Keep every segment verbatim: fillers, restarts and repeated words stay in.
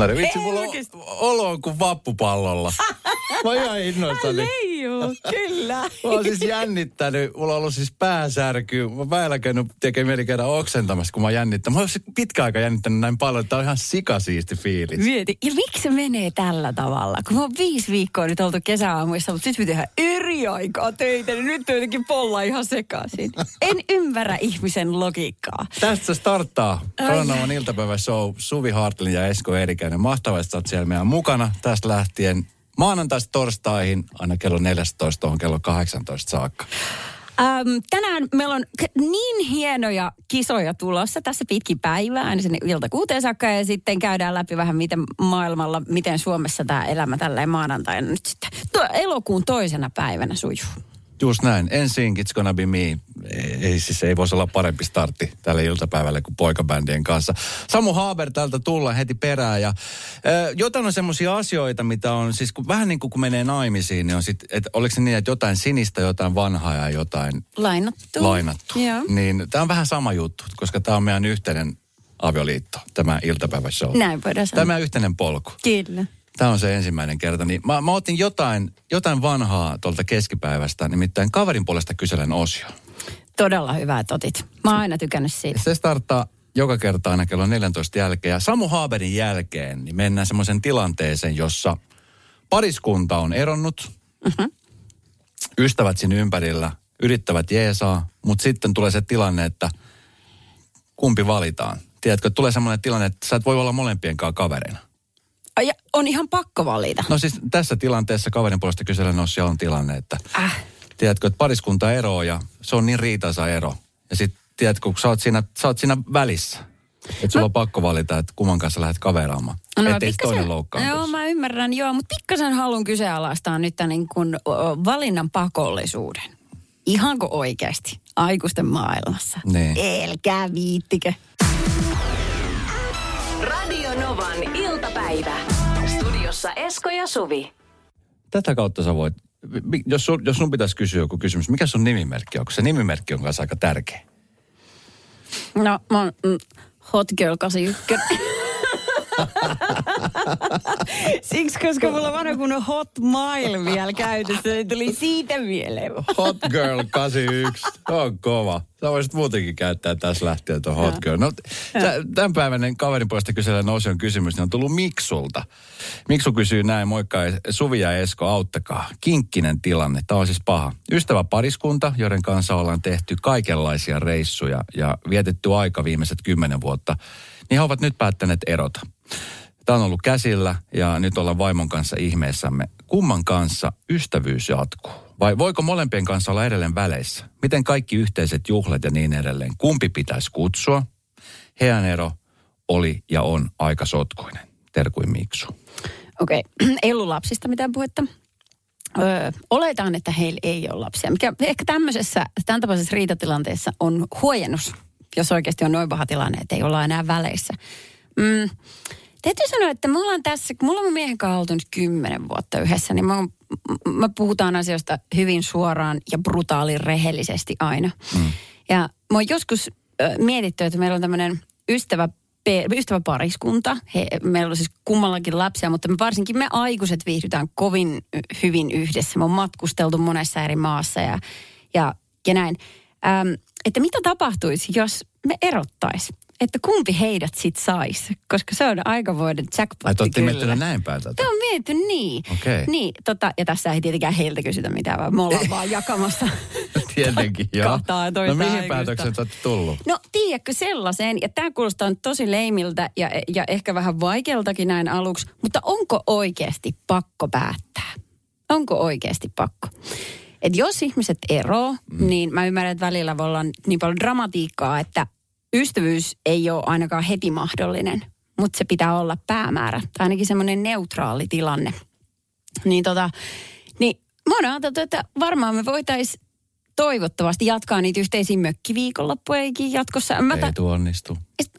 Sari, vitsi, mulla on olo on kuin vappupallolla. Mä oon ihan innoissani. Leiju, kyllä. Mä oon siis jännittänyt. Mulla on ollut siis pääsärky. Mä oon väillä käynyt tekemään mieli käydä oksentamassa, kun mä oon jännittänyt. Mä oon siis pitkä aika jännittänyt näin paljon, että tää on ihan sikasiisti fiilis. Mieti, ja miksi se menee tällä tavalla? Kun mä oon viisi viikkoa nyt oltu kesäaamuissa, mutta sit me tehdään eri aikaa töitä, niin nyt jotenkin polla ihan sekaisin. En ymmärrä ihmisen logiikkaa. Tästä se starttaa. Kanavan iltapäiväshow. Suvi Hartlin ja Esko Eerikäinen. Mahtavaa, että sä oot siellä meidän mukana tästä lähtien. Maanantaista torstaihin aina kello neljätoista tuohon kello kahdeksantoista saakka. Ähm, tänään meillä on niin hienoja kisoja tulossa tässä pitkin päivää, aina sinne ilta kuuteen saakka, ja sitten käydään läpi vähän miten maailmalla, miten Suomessa tämä elämä tälleen maanantaina nyt sitten tuo elokuun toisena päivänä sujuu. Just näin. Ensin It's Gonna Be Me. Ei, ei siis ei voisi olla parempi startti tälle iltapäivälle kuin poikabändien kanssa. Samu Haber täältä tullaan heti perään. Ja, äh, jotain on semmoisia asioita, mitä on, siis kun, vähän niin kuin kun menee naimisiin, niin on sitten, että oliko se niin, että jotain sinistä, jotain vanhaa ja jotain lainattu. lainattu. Joo. Niin tämä on vähän sama juttu, koska tämä on meidän yhteinen avioliitto, tämä iltapäiväshow. Näin voidaan sanoa. Tämä on yhteinen polku. Kyllä. Tämä on se ensimmäinen kerta. Niin mä, mä otin jotain, jotain vanhaa tuolta keskipäivästä, nimittäin kaverin puolesta kyselen osio. Todella hyvä, että otit. Mä oon aina tykännyt siitä. Se starttaa joka kerta aina kello neljäntoista jälkeen. Ja Samu Haberin jälkeen niin mennään semmoisen tilanteeseen, jossa pariskunta on eronnut. Mm-hmm. Ystävät siinä ympärillä yrittävät jeesaa, mutta sitten tulee se tilanne, että kumpi valitaan. Tiedätkö, tulee semmoinen tilanne, että sä et voi olla molempien kanssa kaverina. Ja on ihan pakko valita. No siis tässä tilanteessa kaverin puolesta kyselen osio on tilanne, että Äh. tiedätkö, että pariskunta eroaa ja se on niin riitaisa ero. Ja sitten tiedätkö, kun sä oot siinä, sä oot siinä välissä, että sulla no. on pakko valita, että kumman kanssa lähdet kaveraamaan. No, ettei se toinen loukkaantuisi. Joo, mä ymmärrän, joo, mutta pikkasen haluan kyseenalaistaa nyt tämän niin kuin valinnan pakollisuuden. Ihanko oikeasti aikuisten maailmassa? Niin. Elkää viittikö. Radio Novan iltapäivä. Studiossa Esko ja Suvi. Tätä kautta sä voit, jos sun, jos sun pitäisi kysyä joku kysymys, mikä sun nimimerkki on? Kun se nimimerkki on kanssa aika tärkeä. No, mä oon mm, Hot Girl kahdeksankymmentäyksi. Siksi, koska mulla on vanha kunnon Hot Mile vielä käytössä, niin tuli siitä mieleen. Hot Girl kahdeksankymmentäyksi. On kova. Sä voisit muutenkin käyttää tässä lähtien tuon Hot Girl. No, tämänpäiväinen kaverin puolesta kysellä Osion kysymys, niin on tullut Miksulta. Miksu kysyy näin, moikka Suvi ja Esko, auttakaa. Kinkkinen tilanne, tämä on siis paha. Ystävä pariskunta, joiden kanssa ollaan tehty kaikenlaisia reissuja ja vietetty aika viimeiset kymmenen vuotta, niin he ovat nyt päättäneet erota. Tämä on ollut käsillä ja nyt ollaan vaimon kanssa ihmeessämme. Kumman kanssa ystävyys jatkuu? Vai voiko molempien kanssa olla edelleen väleissä? Miten kaikki yhteiset juhlat ja niin edelleen? Kumpi pitäisi kutsua? Heidän ero oli ja on aika sotkuinen. Terkuin Miksu. Okei, okay. Ei ollut lapsista mitään puhetta. Öö, oletaan, että heillä ei ole lapsia. Mikä ehkä tämmöisessä, tämän tapaisessa riitatilanteessa on huojennus, jos oikeasti on noin paha tilanne, että ei olla enää väleissä. Mm. Täytyy sanoa, että me ollaan tässä, kun mulla on mun miehen kanssa oltu nyt kymmenen vuotta yhdessä, niin me, on, me puhutaan asioista hyvin suoraan ja brutaalin rehellisesti aina. Mm. Ja mä oon joskus äh, mietitty, että meillä on tämmöinen ystävä, ystäväpariskunta. He, meillä on siis kummallakin lapsia, mutta me varsinkin me aikuiset viihdytään kovin hyvin yhdessä. Me on matkusteltu monessa eri maassa ja, ja, ja näin. Ähm, että mitä tapahtuisi, jos me erottaisiin? Että kumpi heidät sit saisi, koska se on aikavuoden jackpotti. Ai, te olette miettinyt näin päin tätä? Tämä on miettinyt niin. Okei. Okay. Niin, tota, ja tässä ei tietenkään heiltä kysytä mitään, vaan me ollaan vaan jakamassa. Tietenkin, joo. Kahtaa toista no mihin aikuista. päätöksen olette tullut? No tiedätkö sellaiseen, ja tämä kuulostaa nyt tosi leimiltä ja, ja ehkä vähän vaikealtakin näin aluksi, mutta onko oikeasti pakko päättää? Onko oikeasti pakko? Että jos ihmiset eroo, mm. niin mä ymmärrän, että välillä voi olla niin paljon dramatiikkaa, että ystävyys ei ole ainakaan heti mahdollinen, mutta se pitää olla päämäärä. Tai ainakin semmoinen neutraali tilanne. Niin tota, niin mä oon ajateltu, että varmaan me voitaisiin toivottavasti jatkaa niitä yhteisiä mökkiviikonloppujakin jatkossa. Mä ei ta- tuo onnistu.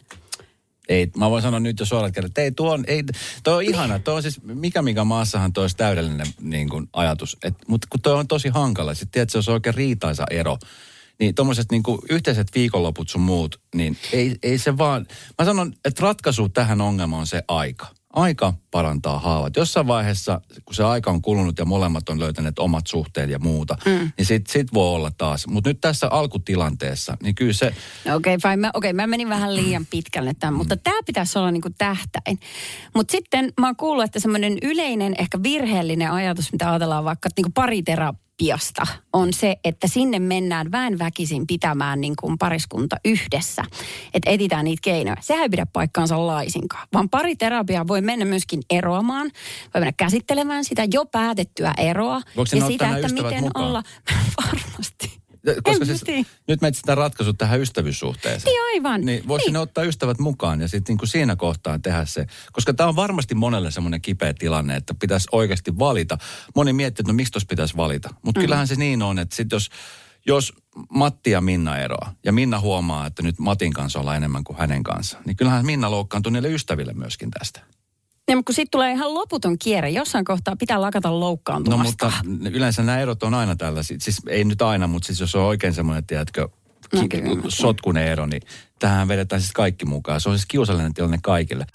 Ei, mä voin sanoa nyt jo suoraan kerran, että ei tuo, ei, toi on ihana. Toi on siis, mikä mikä maassahan toi olisi täydellinen niin kuin, ajatus. Mutta kun toi on tosi hankala. Sitten tiedät, se olisi oikein riitaisa ero. Niin tommoset niinku yhteiset viikonloput sun muut, niin ei, ei se vaan... Mä sanon, että ratkaisu tähän ongelmaan on se aika. Aika parantaa haavat. Jossain vaiheessa, kun se aika on kulunut ja molemmat on löytäneet omat suhteet ja muuta, mm. niin sit, sit voi olla taas. Mutta nyt tässä alkutilanteessa, niin kyllä se... No okei, okay, mä, okay, mä menin vähän liian pitkälle tämän, mm. mutta tämä pitäisi olla niinku tähtäin. Mutta sitten mä oon kuullut, että semmoinen yleinen, ehkä virheellinen ajatus, mitä ajatellaan vaikka niinku pariterapiasta, on se, että sinne mennään väen väkisin pitämään niin kuin pariskunta yhdessä. Että etsitään niitä keinoja. Sehän ei pidä paikkaansa laisinkaan, vaan pariterapia voi mennä myöskin eroamaan, voi mennä käsittelemään sitä jo päätettyä eroa. Voiko ja sitä, että miten mukaan? olla varmasti. Koska siis, nyt me etsitään ratkaisut tähän ystävyyssuhteeseen. Niin aivan. Niin voisi ne ottaa ystävät mukaan ja sitten niin siinä kohtaa tehdä se. Koska tämä on varmasti monelle semmoinen kipeä tilanne, että pitäisi oikeasti valita. Moni miettii, että no miksi tuossa pitäisi valita. Mutta mm. kyllähän se niin on, että sitten jos, jos Matti ja Minna eroaa ja Minna huomaa, että nyt Matin kanssa ollaan enemmän kuin hänen kanssa, niin kyllähän Minna loukkaantuu niille ystäville myöskin tästä. Ja, mutta kun sitten tulee ihan loputon kierre, jossain kohtaa pitää lakata loukkaantumasta. No mutta yleensä nämä erot on aina tällaisia, siis ei nyt aina, mutta siis jos on oikein semmoinen, tiedätkö, no, ki- sotkunen ero, niin tähän vedetään siis kaikki mukaan. Se on siis kiusallinen tilanne kaikille.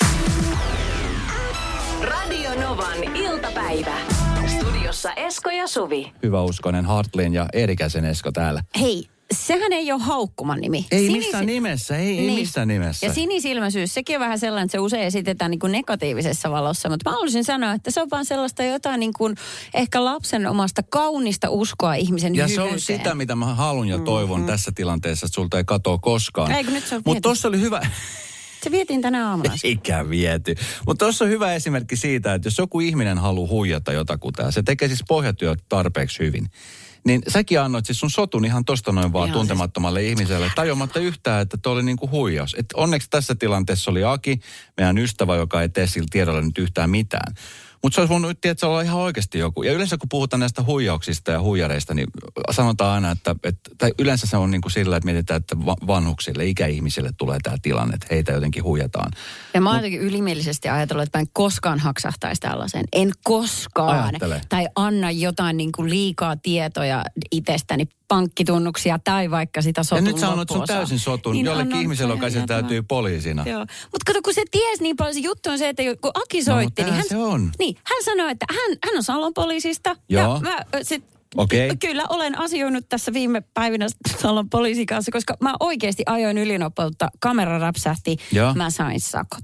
Radio Novan iltapäivä. Studiossa Esko ja Suvi. Hyvä uskoinen Hartlin ja Eerikäisen Esko täällä. Hei. Sehän ei ole haukkuman nimi. Ei Sinis... missään nimessä, ei, ei niin. missään nimessä. Ja sinisilmäisyys, sekin on vähän sellainen, että se usein esitetään niin kuin negatiivisessa valossa. Mutta mä haluaisin sanoa, että se on vaan sellaista jotain niin kuin ehkä lapsen omasta kaunista uskoa ihmisen ja hyvyyteen. Ja se on sitä, mitä mä haluan ja toivon mm-hmm. tässä tilanteessa, että sulta ei katoa koskaan. Eikö nyt se on Mutta tossa oli hyvä... Se vietiin tänä aamuna. Eikä viety. Mutta tuossa on hyvä esimerkki siitä, että jos joku ihminen haluaa huijata jotakuta, ja se tekee siis pohjatyöt tarpeeksi hyvin, niin säkin annoit siis sun sotun ihan tosta noin vaan ihan tuntemattomalle siis ihmiselle, tajuamatta yhtään, että toi oli niinku huijaus. Et onneksi tässä tilanteessa oli Aki, meidän ystävä, joka ei tee sillä tiedolla nyt yhtään mitään. Mutta se olisi voinut, tiedätkö, olla ihan oikeasti joku. Ja yleensä kun puhutaan näistä huijauksista ja huijareista, niin sanotaan aina, että, että tai yleensä se on niin kuin sillä, että mietitään, että vanhuksille, ikäihmisille tulee tämä tilanne, että heitä jotenkin huijataan. Ja mä oon jotenkin ylimielisesti ajatellut, että mä en koskaan haksahtaisi tällaiseen. En koskaan. Ajattele. Tai anna jotain niin kuin liikaa tietoja itsestäni, pankkitunnuksia tai vaikka sitä sotun loppuosaa. Ja nyt sä annat sun täysin sotun. Niin Jollekin ihmiselle, joka se täytyy poliisina. Joo. Mutta kato, kun se tiesi niin paljon, se juttu on se, että kun Aki soitti, no, niin hän, se on. Niin, hän sanoi, että hän, hän on Salon poliisista. Joo. Ja mä sit, okay. Kyllä olen asioinut tässä viime päivinä Salon poliisin kanssa, koska mä oikeasti ajoin ylinopeutta, kamera räpsähti, Joo. mä sain sakot.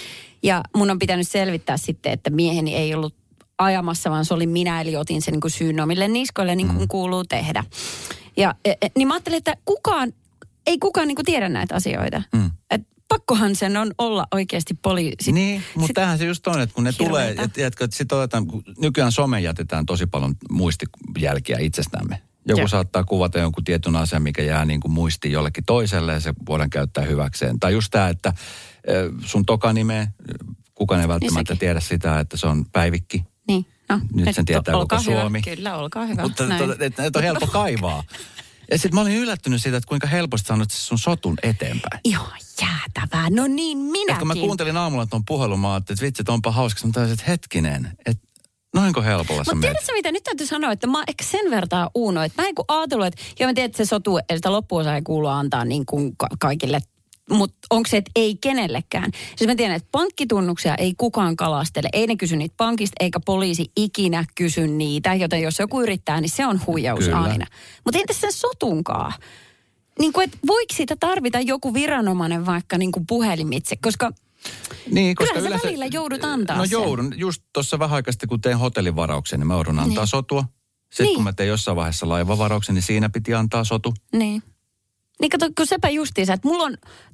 Ja mun on pitänyt selvittää sitten, että mieheni ei ollut ajamassa, vaan se oli minä, eli otin sen niin kuin syyn omille niskoille, niin kuin mm. kuuluu tehdä. Ja e, niin mä ajattelin, että kukaan, ei kukaan niin kuin tiedä näitä asioita. Mm. Et pakkohan sen on olla oikeasti poliisi. Niin, mutta tämähän se just on, että kun ne hirveitä. Tulee, että, että, että sit otetaan, nykyään some jätetään tosi paljon muistijälkiä itsestämme. Joku ja. saattaa kuvata jonkun tietyn asian, mikä jää niin kuin muistiin jollekin toiselle ja se voidaan käyttää hyväkseen. Tai just tämä, että sun tokanime, kukaan ei välttämättä niin tiedä sitä, että se on Päivikki. Niin. No, nyt sen tietää koko hyvä. Suomi. Kyllä, olkaa hyvä. Mutta että on helppo kaivaa. Ja sitten mä olin yllättynyt siitä, että kuinka helposti sä annat sun sotun eteenpäin. Ihan jäätävää. No niin, minäkin. Et kun mä kuuntelin aamulla tuon puhelun, mä ajattelin, että vitsi, että onpa hauska. Mä taisin, että hetkinen, että noinko helpolla sä menet. Mutta tiedätkö mitä, nyt täytyy sanoa, että mä ehkä sen vertaa uunoin. Että mä en kun ajatellut, että joo mä tiedän, että se sotu, että sitä loppuosaa ei kuulu antaa niin kuin ka- kaikille. Mutta onko se, että ei kenellekään? Siis mä tiedän, että pankkitunnuksia ei kukaan kalastele. Ei ne kysy niitä pankista, eikä poliisi ikinä kysy niitä. Joten jos joku yrittää, niin se on huijaus Kyllä. aina. Mutta entäs sen sotunkaan? Niin kuin, että voiko siitä tarvita joku viranomainen vaikka niin kuin puhelimitse? Koska, niin, koska kyllähän yleensä, sä välillä joudut antaa No sen. joudun. Just tuossa vähän aikaa sitten, kun tein hotellivarauksen, niin mä joudun antaa niin. sotua. Sitten niin. kun mä tein jossain vaiheessa laivavarauksen, niin siinä piti antaa sotu. Niin. Niin kato, kun sepä justiinsa, että mulla on...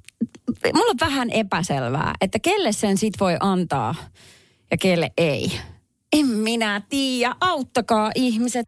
Mulla on vähän epäselvää, että kelle sen sit voi antaa ja kelle ei. En minä tiedä, auttakaa ihmiset.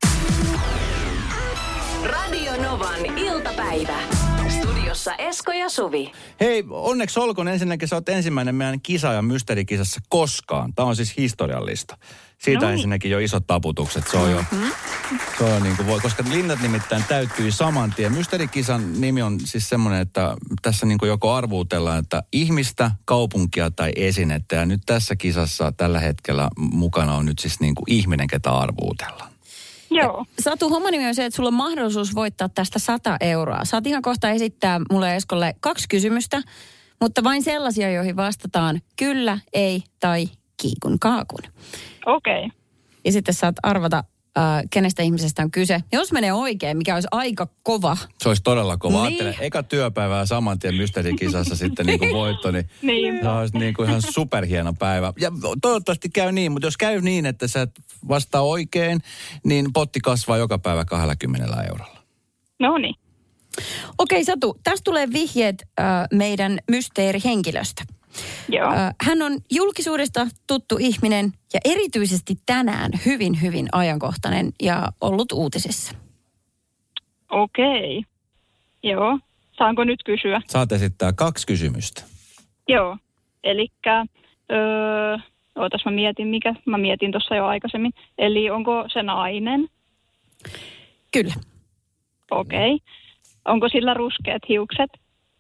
Radio Novan iltapäivä. Studiossa Esko ja Suvi. Hei, onneksi olkoon ensinnäkin, sä oot ensimmäinen meidän kisaajan mysteerikisassa koskaan. Tämä on siis historiallista. Siitä no. ensinnäkin jo isot taputukset. Se on jo, mm-hmm. se on niin kuin voi, koska linnat nimittäin täyttyi saman tien. Mysteerikisan nimi on siis semmoinen, että tässä niin kuin joko arvuutellaan, että ihmistä, kaupunkia tai esinettä. Ja nyt tässä kisassa tällä hetkellä mukana on nyt siis niin kuin ihminen, ketä arvuutellaan. Joo. Satu, homman nimi on se, että sulla on mahdollisuus voittaa tästä sata euroa. Saat ihan kohta esittää mulle Eskolle kaksi kysymystä, mutta vain sellaisia, joihin vastataan kyllä, ei tai kiikun kaakun. Okei. Okay. Ja sitten saat arvata, äh, kenestä ihmisestä on kyse. Jos menee oikein, mikä olisi aika kova. Se olisi todella kova. Niin. Ajattelen, eka työpäivää saman tien mysteerikisassa sitten niin kuin voitto, niin Niin. se olisi niin kuin ihan superhieno päivä. Ja toivottavasti käy niin, mutta jos käy niin, että sä et vastaa oikein, niin potti kasvaa joka päivä kaksikymmentä eurolla. No niin. Okei, Satu, tästä tulee vihjeet äh, meidän mysteerihenkilöstä. Joo. Äh, hän on julkisuudesta tuttu ihminen ja erityisesti tänään hyvin, hyvin ajankohtainen ja ollut uutisissa. Okei. Joo. Saanko nyt kysyä? Saat esittää kaksi kysymystä. Joo. Elikkä, öö, ootas mä mietin mikä, mä mietin tuossa jo aikaisemmin. Eli onko se nainen? Kyllä. Okei. Onko sillä ruskeat hiukset?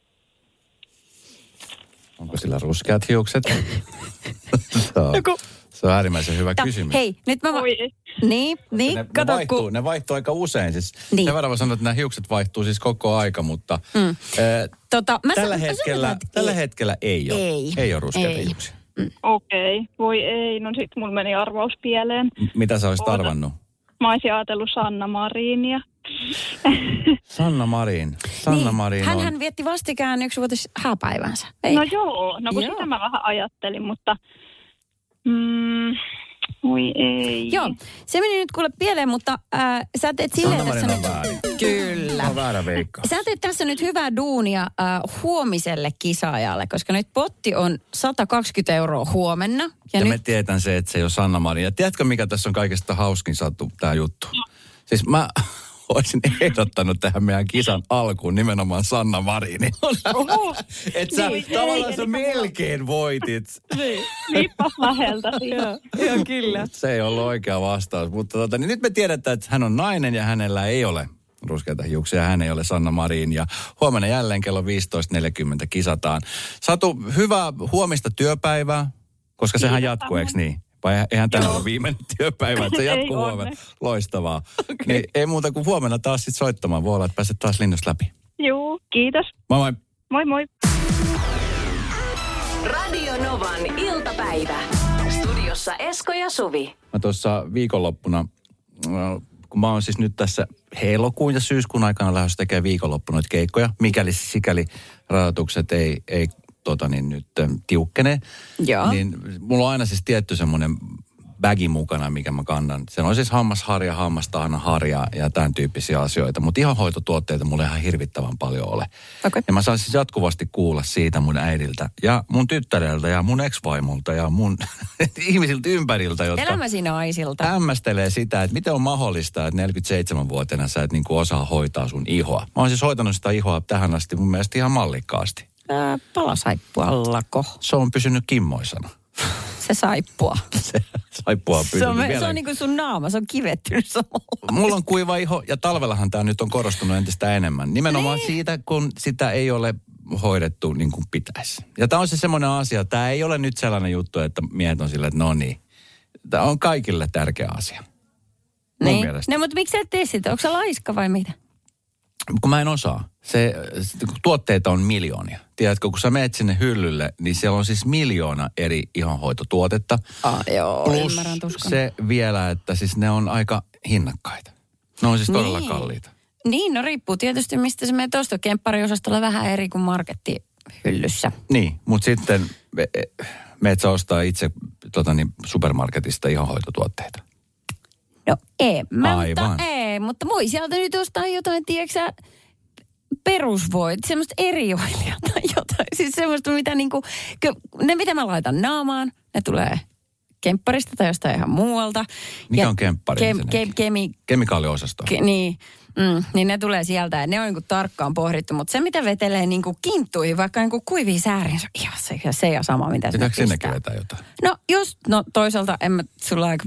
Onko sillä ruskeat hiukset? se, on, Joku. se on äärimmäisen hyvä Ta- kysymys. Hei, nyt mä... Va- Oi. niin, niin, ne, ne, kato vaihtuu, kun... ne vaihtuu aika usein. Siis Niin. sen verran voi sanoa, että nämä hiukset vaihtuu siis koko aika, mutta mm. äh, Tota, mä tällä, san- mä hetkellä, sanotaan, että tällä ei. hetkellä ei ole. Ei. Ei ole ruskeita Ei. hiuksia. Okei. Voi ei. No sit mulla meni arvaus pieleen. M- Mitä sä olisit Oota. arvannut? Mä olisin ajatellut Sanna Marinia. Sanna Marin. Sanna niin. Marin hän, on... hän vietti vastikään yksivuotis hääpäivänsä. Ei. No joo. No kun Joo. sitä mä vähän ajattelin, mutta... Mm, voi ei. Joo, se meni nyt kuule pieleen, mutta äh, sä teet silleen Sanna tässä Marin on nyt... väärin. Kyllä. On väärä veikka. Sä teet tässä nyt hyvää duunia äh, huomiselle kisaajalle, koska nyt potti on sata kaksikymmentä euroa huomenna. Ja, Ja nyt... me tietän se, että se ei ole Sanna Marin. Ja tiedätkö, mikä tässä on kaikesta hauskin sattu, tämä juttu? Siis mä olisin ehdottanut tähän meidän kisan alkuun nimenomaan Sanna Marinin. Oho. Että sä Niin, tavallaan ei, sä eli- melkein voitit. Liippas läheltä siinä. Joo, kyllä. Se ei ollut oikea vastaus. Mutta tota, niin nyt me tiedetään, että hän on nainen ja hänellä ei ole ruskeita hiuksia. Hän ei ole Sanna Marin. Ja huomenna jälleen kello viisitoista neljäkymmentä kisataan. Satu, hyvää huomista työpäivää, koska sehän Kiitos, jatkuu, eikö samoin. niin? Vai eihän tänään ole viimeinen työpäivä, että se Ei jatkuu ole. huomenna. Loistavaa. Okay. Niin, ei muuta kuin huomenna taas sit soittamaan. Voi olla, että pääset taas linnusta läpi. Juu, kiitos. Moi moi. Moi moi. Radio Novan iltapäivä. Studiossa Esko ja Suvi. Mä tuossa viikonloppuna, äh, kun mä oon siis nyt tässä elokuun ja syyskuun aikana lähdössä tekemään viikonloppuna noita keikkoja, mikäli sikäli rajoitukset ei, ei tota niin, nyt ähm, tiukkene, Joo. niin mulla on aina siis tietty semmoinen bagi mukana, mikä mä kannan. Se on siis hammasharja, hammastahanaharja ja tämän tyyppisiä asioita, mutta ihanhoitotuotteita mulla ei ihan hirvittävän paljon ole. Okay. Ja mä saan siis jatkuvasti kuulla siitä mun äidiltä ja mun tyttäreltä ja mun ex-vaimolta ja mun ihmisiltä ympäriltä, jotka Elämäsi naisilta. hämmästelee sitä, että miten on mahdollista, että neljäkymmentäseitsemänvuotiaana sä et niin kuin osaa hoitaa sun ihoa. Mä oon siis hoitanut sitä ihoa tähän asti mun mielestä ihan mallikkaasti. Ää, palasaippua-allako. Se on pysynyt kimmoisana. Se saippua. Se saippua on pysynyt Se on, me- vielä. se on niin kuin sun naama, se on kivettynyt samalla. Mulla on kuiva iho ja talvellahan tämä nyt on korostunut entistä enemmän. Nimenomaan Niin. siitä, kun sitä ei ole hoidettu niin kuin pitäisi. Ja tämä on se semmoinen asia, tämä ei ole nyt sellainen juttu, että miehet on silleen, että no niin. Tämä on kaikille tärkeä asia. Mun Niin. mielestä. No, mutta miksi sä et tee sitä? Onko sä laiska vai mitä? Kun mä en osaa. Se, se, kun tuotteita on miljoonia. Tiedätkö, kun sä menet sinne hyllylle, niin siellä on siis miljoona eri ihonhoitotuotetta. Ah, joo, Plus ymmärrän tuskan. se vielä, että siis ne on aika hinnakkaita. Ne on siis todella Niin. kalliita. Niin, no riippuu tietysti, mistä sä menet ostokemppariosastolla vähän eri kuin markettihyllyssä. Niin, mutta sitten me- meet sä ostaa itse tota niin, supermarketista ihonhoitotuotteita. No ei, mä, Aivan. mutta ei, mutta voi sieltä nyt ostaa jotain, tiedätkö sä, perusvoit, semmoista erioilia tai jotain. Siis semmoista, mitä niinku, ky- ne mitä mä laitan naamaan, ne tulee kempparista tai jostain ihan muualta. Mikä on kemppari Kem, ensinnäkin? kem, kemi, Kemikaaliosasto. ke, niin, mm, niin ne tulee sieltä ja ne on niinku tarkkaan pohdittu. Mutta se, mitä vetelee niinku kinttuihin, vaikka niinku kuivia sääriin, se on ihan se, ja se ja sama, mitä sinne Pitääkö sinnekin pistää. vetää jotain? No jos, no toisaalta en mä, sulla on aika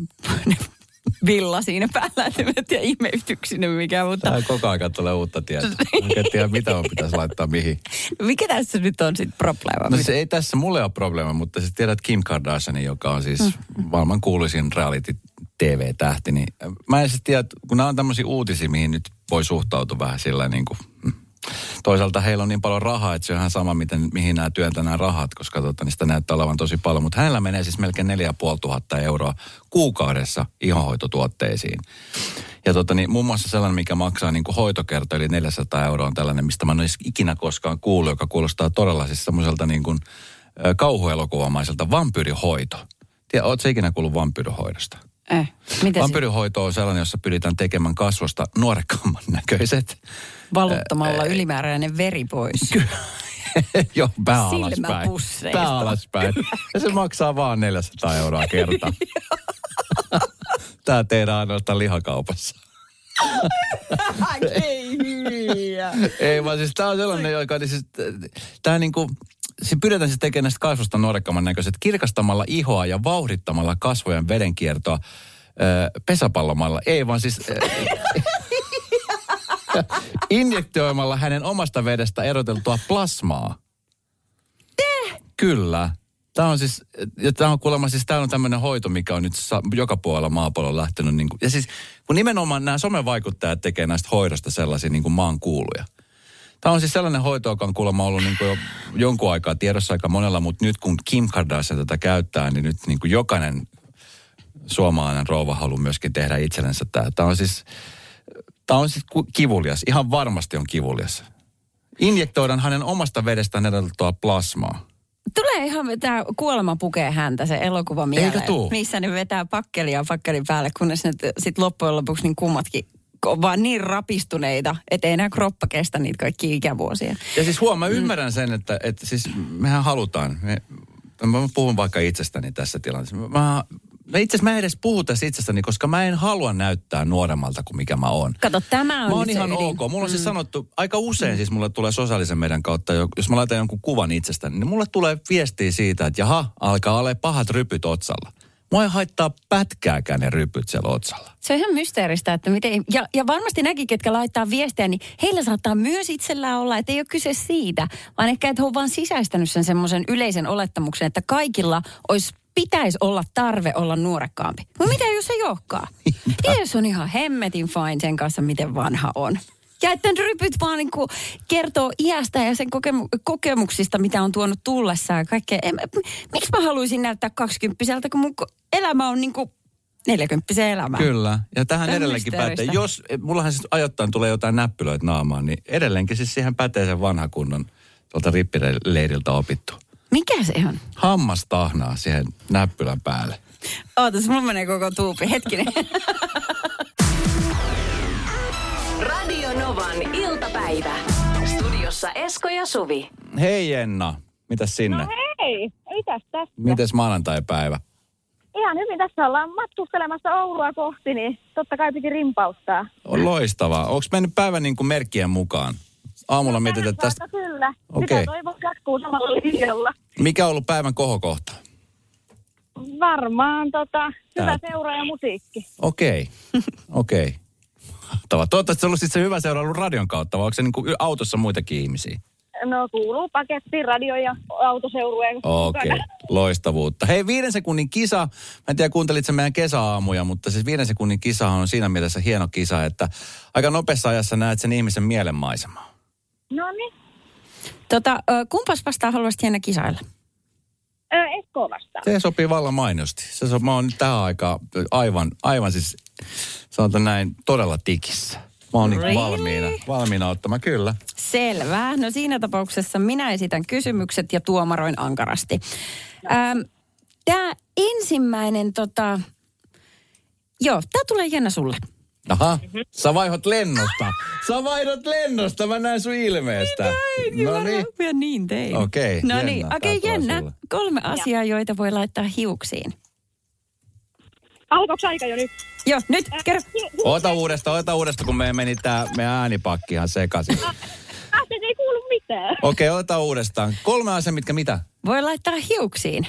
villa siinä päällä, että mä en tiedä imeytyykö sinne mikään, mutta Tää koko ajan tulee uutta tietoa. Mä en tiedä, mitä on pitäisi laittaa mihin. mikä tässä nyt on sitten probleema? No se ei tässä mulle ole probleema, mutta sä tiedät Kim Kardashianin, joka on siis mm. maailman kuuluisin reality-T V-tähti. Niin mä en siis tiedä, kun nämä on tämmöisiä uutisia, mihin nyt voi suhtautua vähän sillä niin kuin... toisaalta heillä on niin paljon rahaa, että se on ihan sama, miten, mihin nämä työntää nämä rahat, koska tota, niistä näyttää olevan tosi paljon. Mutta hänellä menee siis melkein neljä tuhatta euroa kuukaudessa ihonhoitotuotteisiin. Ja tota, niin, muun muassa sellainen, mikä maksaa niin kuin hoitokerta, eli neljäsataa euroa on tällainen, mistä mä en olisi ikinä koskaan kuullut, joka kuulostaa todella siis semmoiselta niin kuin kauhuelokuvamaiselta vampyyrihoito. Tiedä, ootko sä ikinä kuullut vampyyrihoidosta? Eh, mitä vampyyrihoito on sellainen, jossa pyritään tekemään kasvosta nuorekamman näköiset. Valuttamalla äh, ylimääräinen veri pois. Joo, pää alaspäin. Silmäpusseista. Pää alaspäin. Ja se maksaa vaan neljäsataa euroa kerta. Tää tehdään ainoastaan lihakaupassa. Ei hyviä. Ei vaan siis tää on sellainen, joka siis, tää niinku, se pyydetään siis tekemään näistä kasvosta nuorekkamman näköiset kirkastamalla ihoa ja vauhdittamalla kasvojen vedenkiertoa ö, pesäpallomalla. Ei vaan siis injektoimalla hänen omasta vedestä eroteltua plasmaa. Teh? Kyllä. Tämä on siis, ja tämä on kuulemma siis, tämä on tämmöinen hoito, mikä on nyt sa- joka puolella maapallolla lähtenyt niin kuin, ja siis kun nimenomaan nämä somevaikuttajat tekee näistä hoidosta sellaisia niin kuin maan kuuluja. Tämä on siis sellainen hoito, joka on kuulemma ollut niin kuin jo jonkun aikaa tiedossa aika monella, mutta nyt kun Kim Kardashian tätä käyttää, niin nyt niin kuin jokainen suomalainen rouva haluaa myöskin tehdä itsellensä tämä. Tämä on siis, tämä on siis kivulias, ihan varmasti on kivulias. Injektoidaan hänen omasta vedestään edellytettyä plasmaa. Tulee ihan, tämä kuolema pukee häntä, se elokuva mieleen. Eikö tuu? Missä ne vetää pakkelia pakkelin päälle, kunnes ne sitten loppujen lopuksi niin kummatkin on vaan niin rapistuneita, että ei enää kroppa kestä niitä kaikkia ikävuosia. Ja siis huomaa, mä ymmärrän sen, että, että siis mehän halutaan, me, mä puhun vaikka itsestäni tässä tilanteessa. Mä, mä itse asiassa mä en edes puhu tässä itsestäni, koska mä en halua näyttää nuoremmalta kuin mikä mä oon. Kato, tämä on Mä oon nyt ihan se ydin. ok. Mulla on Mm. siis sanottu, aika usein siis mulle tulee sosiaalisen median kautta, jos mä laitan jonkun kuvan itsestäni, niin mulle tulee viestiä siitä, että jaha, alkaa olla pahat rypyt otsalla. Mua ei haittaa pätkääkään ne rypyt siellä otsalla. Se on ihan mysteeristä, että miten, ja, ja varmasti näkin, ketkä laittaa viestiä, niin heillä saattaa myös itsellään olla, että ei ole kyse siitä, vaan ehkä, että he on vaan sisäistänyt sen semmoisen yleisen olettamuksen, että kaikilla olisi, pitäisi olla tarve olla nuorekkaampi. Mutta mitä jos ei olekaan? Ja jos on ihan hemmetin fine sen kanssa, miten vanha on. Ja että rypyt vaan niin kuin kertoo iästä ja sen kokemu- kokemuksista, mitä on tuonut tullessaan ja kaikkea. En, miksi mä haluaisin näyttää kaksikymppiseltä, kun mun elämä on niin kuin neljäkymppisen elämä. Kyllä. Ja tähän Tämä on edelleenkin pätee. mysteeristä. Jos, mullahan siis ajoittain tulee jotain näppylöitä naamaan, niin edelleenkin siis siihen pätee sen vanha kunnon tuolta rippileiriltä opittu. Mikä se on? Hammastahnaa siihen näppylän päälle. Ootas, mulla menee koko tuupi. Hetkinen. Radio Novan iltapäivä. Studiossa Esko ja Suvi. Hei Jenna, mitäs sinne? No hei, mitäs tässä? Mites maanantai-päivä? Ihan hyvin, tässä ollaan matkustelemassa Oulua kohti, niin totta kai piti rimpauttaa. On loistavaa. Onko mennyt päivän niin kuin merkkien mukaan? Aamulla mietitään Tähän tästä. saakka Kyllä, Okei. sitä toivon jatkuu samalla linjalla. Mikä on ollut päivän kohokohta? Varmaan tota, hyvä Tää- seura ja musiikki. Okei, okei. Mahtavaa. Toivottavasti se on ollut sit se hyvä seura ollut radion kautta, vai onko se niin kuin autossa muitakin ihmisiä? No kuuluu paketti, radio ja autoseurueen Okei, mukana. loistavuutta. Hei, viiden sekunnin kisa. Mä en tiedä, kuuntelit sä meidän kesäaamuja, mutta siis viiden sekunnin kisa on siinä mielessä hieno kisa, että aika nopeassa ajassa näet sen ihmisen mielenmaisemaa. No niin, Tota, ö, kumpas vastaan haluaisit Jenna kisailla? Esko vastaan. Se sopii vallan mainiosti. Se so, mä oon nyt tähän aikaan aivan, aivan siis, sanotaan näin, todella tikissä. Mä oon niin Really? valmiina, valmiina ottamaan, kyllä. Selvä. No siinä tapauksessa minä esitän kysymykset ja tuomaroin ankarasti. Ähm, Tämä ensimmäinen, tota... Joo, tämä tulee Jenna sulle. Aha, sä vaihot lennosta. Sä vaihdat lennosta, mä näen sun ilmeestä. No niin. Mä niin tein. Okei, No Jenna, niin, tää okei tulee Jenna. sulle. Kolme asiaa, joita voi laittaa hiuksiin. Alkoiko aika jo nyt? Joo, nyt kerro. Ota uudestaan, ota uudestaan, kun me meni tää meidän äänipakki ihan sekaisin. Äsken ei kuulu mitään. Okei, ota uudestaan. Kolme asiaa, mitkä mitä? Voi laittaa hiuksiin.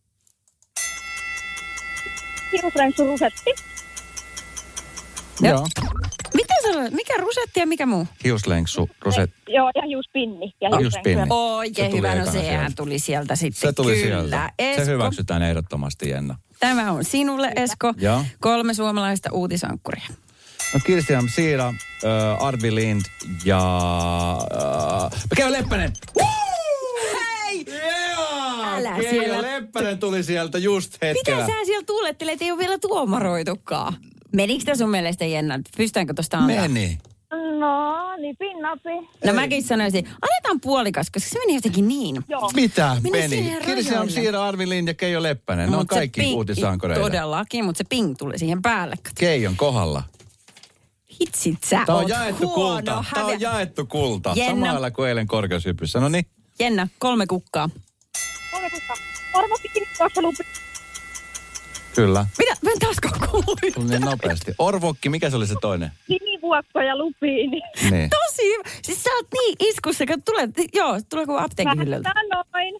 Hiusrenksu rusetti. Joo. Mitä sanoit? Mikä rusetti ja mikä muu? Hiuslenksu, ruset. Joo, ja hiuspinni. Ja Ah, hiusrenksu. hiuspinni. Oikein Se tuli hyvä, no ekana sehän sieltä. tuli sieltä sitten. Se tuli Kyllä. sieltä. Esko, Se hyväksytään ehdottomasti, Jenna. Tämä on sinulle, Esko. Joo. Kolme suomalaista uutisankkuria. No Kirstian Siira, äh, Arvi Lind ja äh, Keijo Leppänen. Hei! Yeah! Älä Keijo siellä- Leppänen tuli sieltä just hetkellä. Mitä sä siellä tuulettelet? Ei ole vielä tuomaroitukaan. Menikö tämä sun mielestä, Jenna? Pystytäänkö tuosta antaa? Meni. No, nipin napi. No mäkin sanoisin, annetaan puolikas, koska se meni jotenkin niin. Joo. Mitä Meni meni? siihen Kirsi on rajoille. Siira, Arvi Lind ja Keijo Leppänen. Ne on Mut se kaikki ping- uutisankoreita. Todellakin, mutta se ping tuli siihen päälle. Keijon kohdalla. Hitsit sä Tämä on oot jaettu huono. kulta. Tämä on Häve- jaettu kulta. Jenna. Samalla kuin eilen korkeushypyssä. No niin. Jenna, kolme kukkaa. Orvo pikini tuossa lupi. Kyllä. Mitä? Mä en taaskaan kuulin. Tuli niin nopeasti. Orvokki, mikä se oli se toinen? Sinivuokko ja lupiini. Niin. Tosi hyvä. Siis sä oot niin iskussa, kun tulee, joo, tulee kuin apteekin hyllyltä. Sanoin.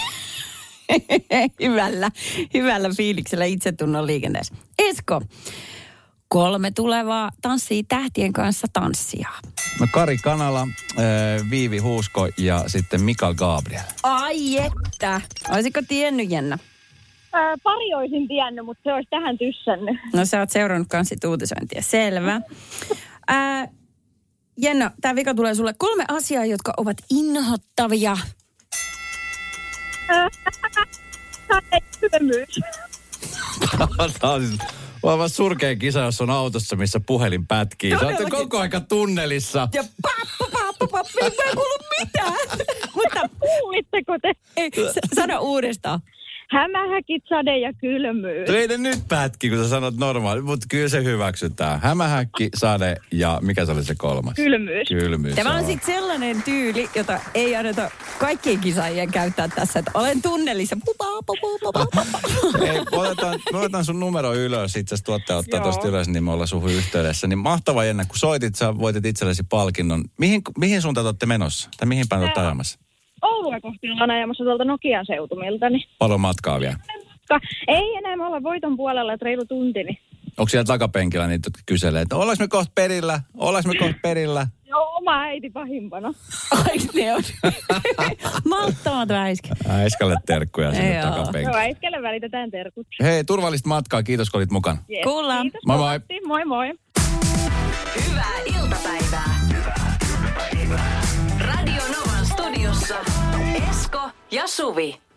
hyvällä, hyvällä fiiliksellä itsetunnon liikenteessä. Esko, kolme tulevaa tanssii tähtien kanssa tanssia. No Kari Kanala, äh, Viivi Huusko ja sitten Mikael Gabriel. Ai että. Olisiko tiennyt, Jenna? Ää, pari olisin tiennyt, mutta se olisi tähän tyssännyt. No sä oot seurannut kans sit uutisointia. Selvä. Ää, Jenna, tää vika tulee sulle. Kolme asiaa, jotka ovat inhottavia. Kylmyys. Tämä on siis aivan surkea kisa, jos on autossa, missä puhelin pätkii. Sä olette Todellakin. koko aika tunnelissa. Ja pappa, pappa, pappa, ei mä kuulu mitään. Mutta Kuulitteko te? ei, s- sano uudestaan. Hämähäkit, sade ja kylmyys. Ei ne nyt pätki, kun sä sanot normaali, mutta kyllä se hyväksytään. Hämähäkki, sade ja mikä se oli se kolmas? Kylmyys. Kylmyys. Tämä on joo. sitten sellainen tyyli, jota ei anneta kaikkien kisaajien käyttää tässä, että olen tunnelissa. Pupa, pupa, pupa. Ei, otetaan, me otetaan sun numero ylös, itse asiassa tuottaja ottaa Joo. tuosta ylös, niin me ollaan suhun yhteydessä. Niin mahtava, Jenna, kun soitit, sä voitit itsellesi palkinnon. Mihin, mihin suuntaan te olette menossa? Tai mihin päin te olette ajamassa? Oulua kohti ollaan ajamassa tuolta Nokian seutumilta. Niin. Paljon matkaa vielä. Ei enää, me ollaan voiton puolella, että reilu tunti. Niin. Onko siellä takapenkillä niitä, jotka kyselee, että ollaanko me kohta perillä? Ollaanko me kohta perillä? Joo, oma äiti pahimpana. Ai ne on. Malttamat väiskä. Äiskälle terkkuja sinne Joo. takapenkille. Joo, äiskelle välitetään terkut. Hei, turvallista matkaa. Kiitos, kun olit mukana. Yes. Kuullaan. Kiitos Moi moi. kovasti. Moi moi. Hyvää iltapäivää. Radio Novan studiossa Esko ja Suvi.